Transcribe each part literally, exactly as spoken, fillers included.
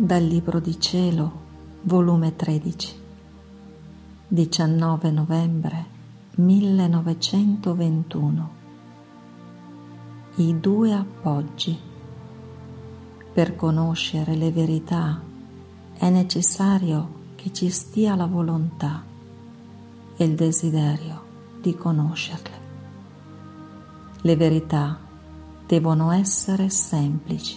Dal Libro di Cielo, volume tredici, diciannove novembre millenovecentoventuno. I due appoggi. Per conoscere le verità è necessario che ci stia la volontà e il desiderio di conoscerle. Le verità devono essere semplici.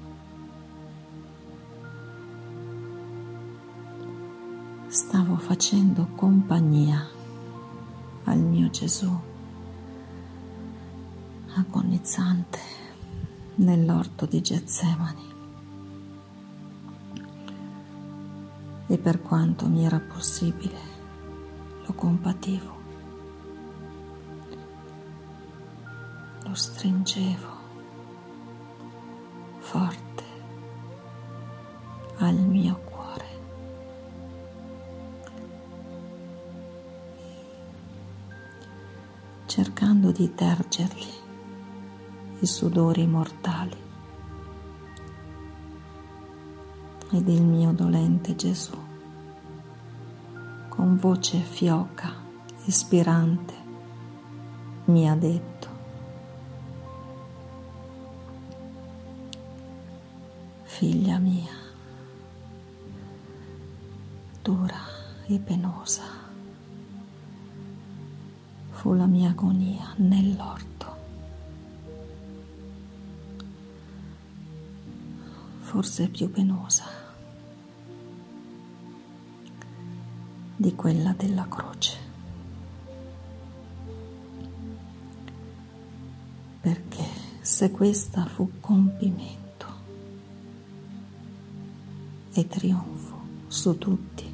Stavo facendo compagnia al mio Gesù agonizzante nell'orto di Getsemani e per quanto mi era possibile lo compativo, lo stringevo forte al mio cuore. Cercando di tergergli i sudori mortali, ed il mio dolente Gesù, con voce fioca e spirante, mi ha detto: figlia mia, dura e penosa fu la mia agonia nell'orto. Forse più penosa di quella della croce, perché se questa fu compimento e trionfo su tutti,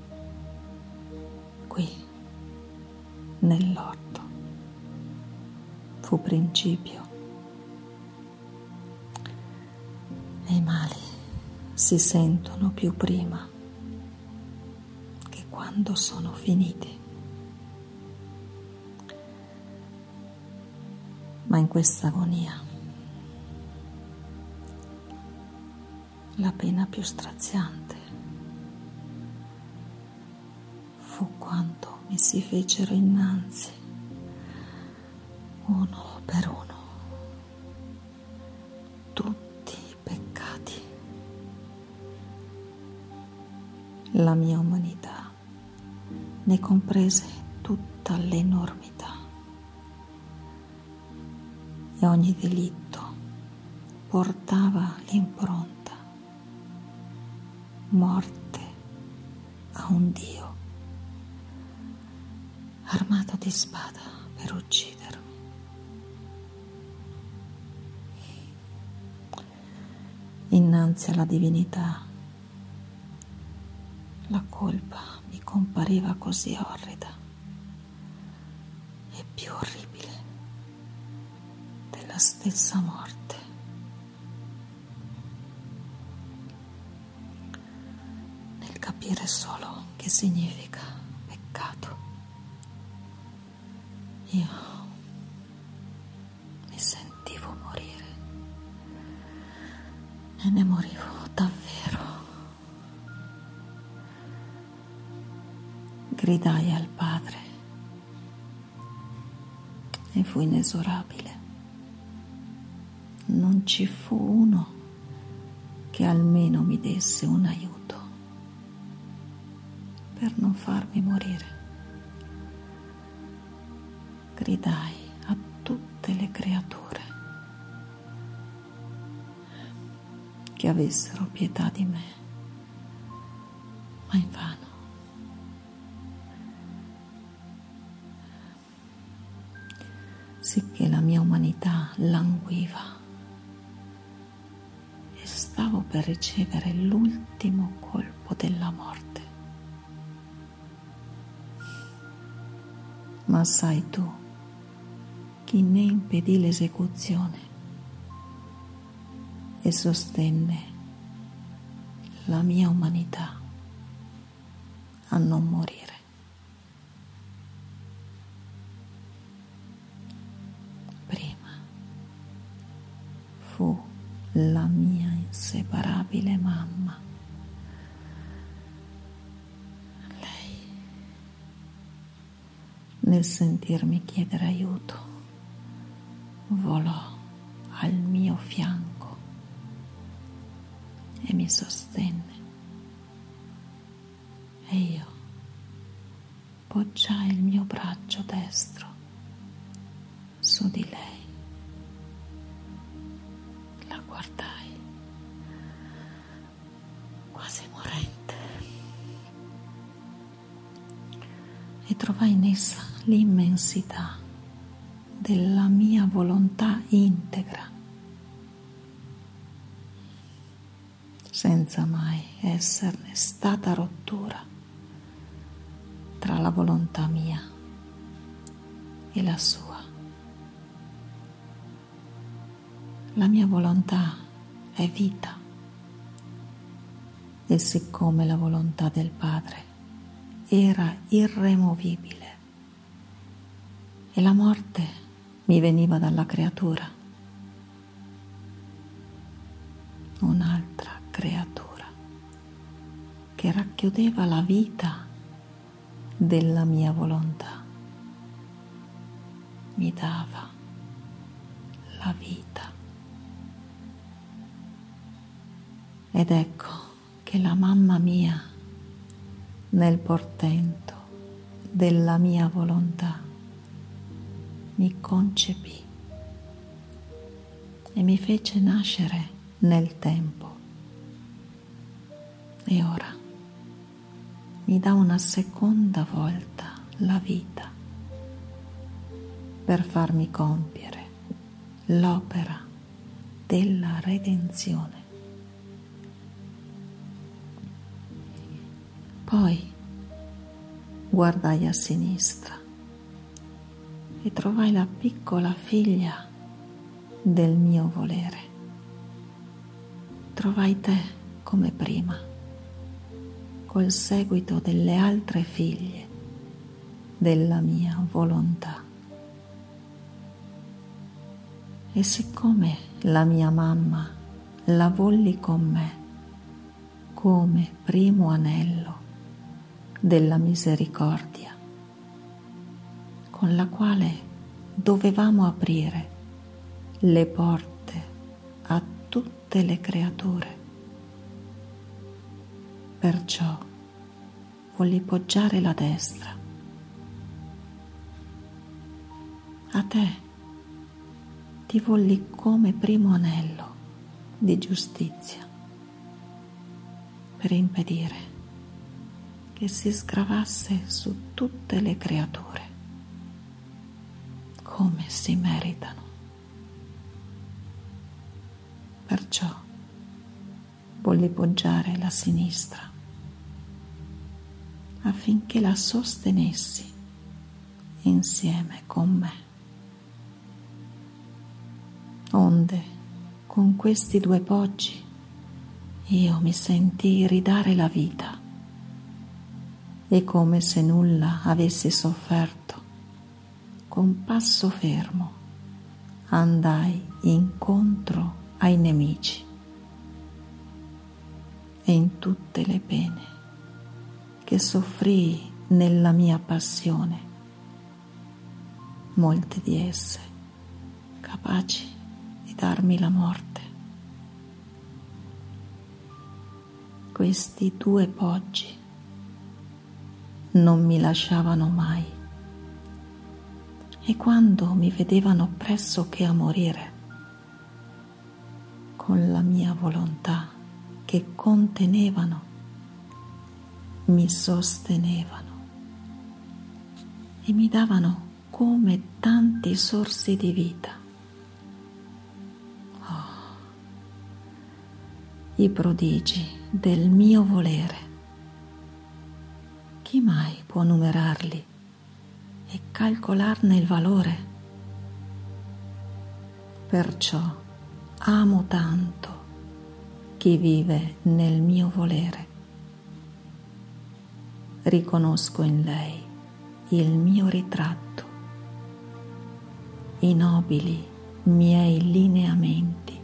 qui nell'orto fu principio, e i mali si sentono più prima che quando sono finiti. Ma in questa agonia la pena più straziante fu quando mi si fecero innanzi, uno per uno, tutti i peccati. La mia umanità ne comprese tutta l'enormità e ogni delitto portava l'impronta, morte a un Dio armato di spada per uccidermi. Innanzi alla divinità, la colpa mi compariva così orrida e più orribile della stessa morte. Nel capire solo che significa peccato, io mi sentivo morire e ne morivo davvero. Gridai al Padre e fu inesorabile. Non ci fu uno che almeno mi desse un aiuto per non farmi morire. Gridai a tutte le creature che avessero pietà di me, ma invano. Sicché la mia umanità languiva e stavo per ricevere l'ultimo colpo della morte. Ma sai tu chi ne impedì l'esecuzione e sostenne la mia umanità a non morire? Prima fu la mia inseparabile mamma, nel sentirmi chiedere aiuto, volò al mio fianco e mi sostenne, e io poggiai il mio braccio destro su di lei. La guardai, quasi morente, e trovai in essa l'immensità della mia volontà integra, senza mai esserne stata rottura tra la volontà mia e la sua. La mia volontà è vita, e siccome la volontà del Padre era irremovibile e la morte mi veniva dalla creatura, un'altra creatura che racchiudeva la vita della mia volontà mi dava la vita. Ed ecco che la mamma mia, nel portento della mia volontà, mi concepì e mi fece nascere nel tempo, e ora mi dà una seconda volta la vita per farmi compiere l'opera della redenzione. Poi guardai a sinistra e trovai la piccola figlia del mio volere. Trovai te come prima, col seguito delle altre figlie della mia volontà. E siccome la mia mamma la volli con me come primo anello della misericordia, con la quale dovevamo aprire le porte a tutte le creature, perciò volli poggiare la destra. A te ti volli come primo anello di giustizia, per impedire che si sgravasse su tutte le creature come si meritano. Perciò volli poggiare la sinistra affinché la sostenessi insieme con me. Onde, con questi due poggi, io mi sentii ridare la vita, e come se nulla avessi sofferto, con passo fermo andai incontro ai nemici, e in tutte le pene che soffrii nella mia passione, molte di esse capaci di darmi la morte, questi due poggi non mi lasciavano mai, e quando mi vedevano pressoché a morire, con la mia volontà che contenevano, mi sostenevano e mi davano come tanti sorsi di vita. Oh, i prodigi del mio volere, chi mai può numerarli e calcolarne il valore? Perciò amo tanto chi vive nel mio volere. Riconosco in lei il mio ritratto, i nobili miei lineamenti.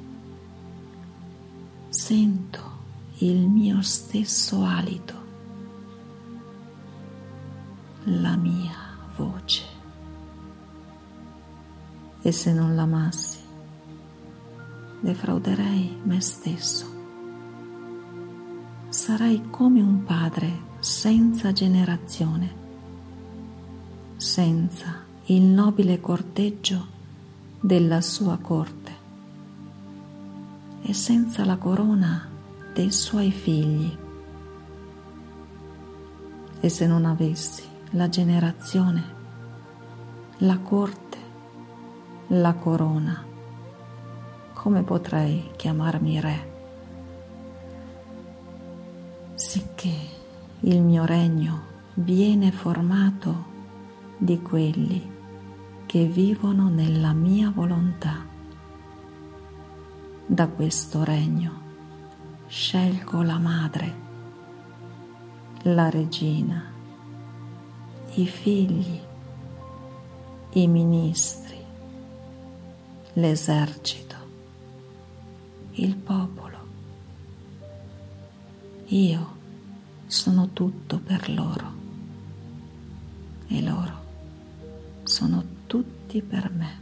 Sento il mio stesso alito, la mia voce. E se non l'amassi, defrauderei me stesso. Sarai come un padre senza generazione, senza il nobile corteggio della sua corte e senza la corona dei suoi figli. E se non avessi la generazione, la corte, la corona, come potrei chiamarmi re? Sicché il mio regno viene formato di quelli che vivono nella mia volontà. Da questo regno scelgo la madre, la regina, i figli, i ministri, l'esercito, il popolo. Io sono tutto per loro e loro sono tutti per me.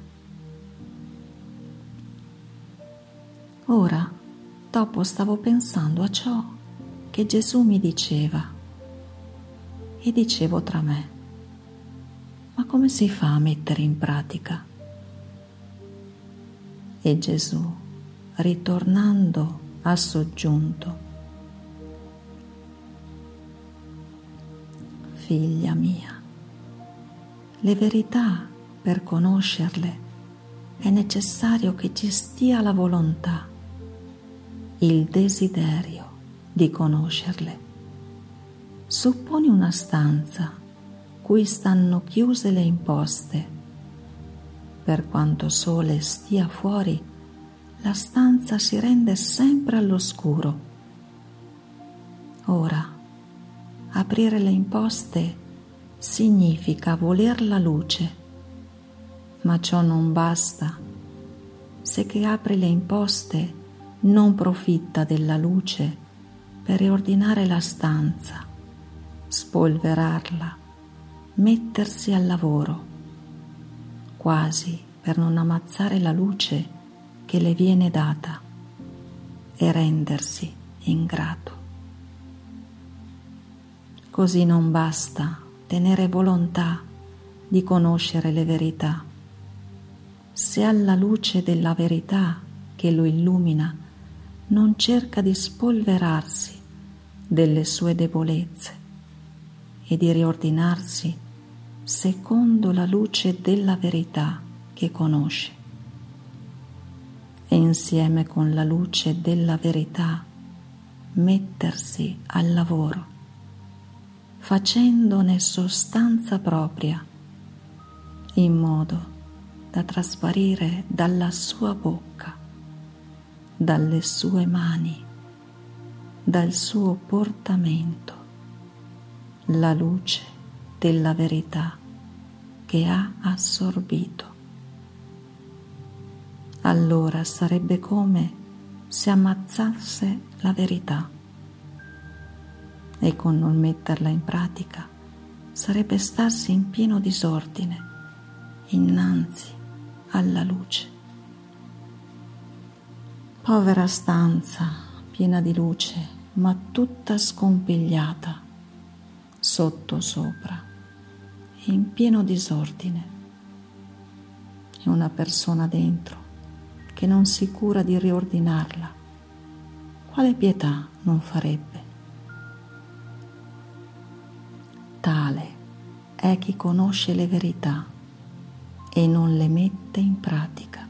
Ora, dopo stavo pensando a ciò che Gesù mi diceva e dicevo tra me: ma come si fa a mettere in pratica? E Gesù, ritornando, ha soggiunto: figlia mia, le verità, per conoscerle, è necessario che ci stia la volontà, il desiderio di conoscerle. Supponi una stanza cui stanno chiuse le imposte. Per quanto sole stia fuori, la stanza si rende sempre all'oscuro. Ora, aprire le imposte significa voler la luce, ma ciò non basta se chi apre le imposte non profitta della luce per riordinare la stanza, spolverarla, mettersi al lavoro, quasi per non ammazzare la luce che le viene data e rendersi ingrato. Così non basta tenere volontà di conoscere le verità, se alla luce della verità che lo illumina non cerca di spolverarsi delle sue debolezze e di riordinarsi secondo la luce della verità che conosce, e insieme con la luce della verità mettersi al lavoro, facendone sostanza propria, in modo da trasparire dalla sua bocca, dalle sue mani, dal suo portamento, la luce della verità che ha assorbito. Allora sarebbe come se ammazzasse la verità, e con non metterla in pratica sarebbe starsi in pieno disordine innanzi alla luce. Povera stanza piena di luce, ma tutta scompigliata sotto sopra e in pieno disordine, e una persona dentro che non si cura di riordinarla. Quale pietà non farebbe? Tale è chi conosce le verità e non le mette in pratica.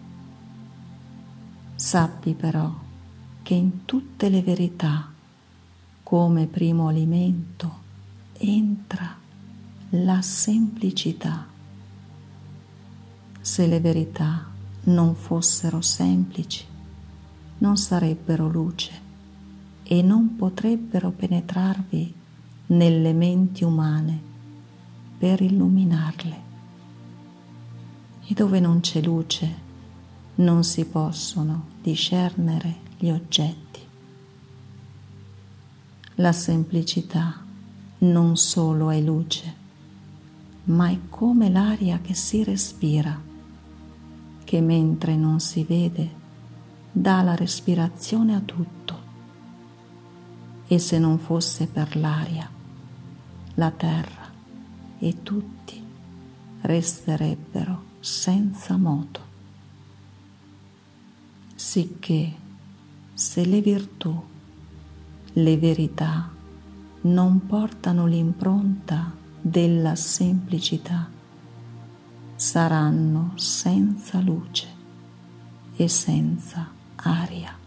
Sappi però che in tutte le verità, come primo alimento, entra la semplicità. Se le verità non fossero semplici, non sarebbero luce e non potrebbero penetrarvi nelle menti umane per illuminarle. E dove non c'è luce non si possono discernere gli oggetti. La semplicità non solo è luce, ma è come l'aria che si respira, che mentre non si vede dà la respirazione a tutto. E se non fosse per l'aria, la terra e tutti resterebbero senza moto. Sicché se le virtù, le verità non portano l'impronta della semplicità, saranno senza luce e senza aria.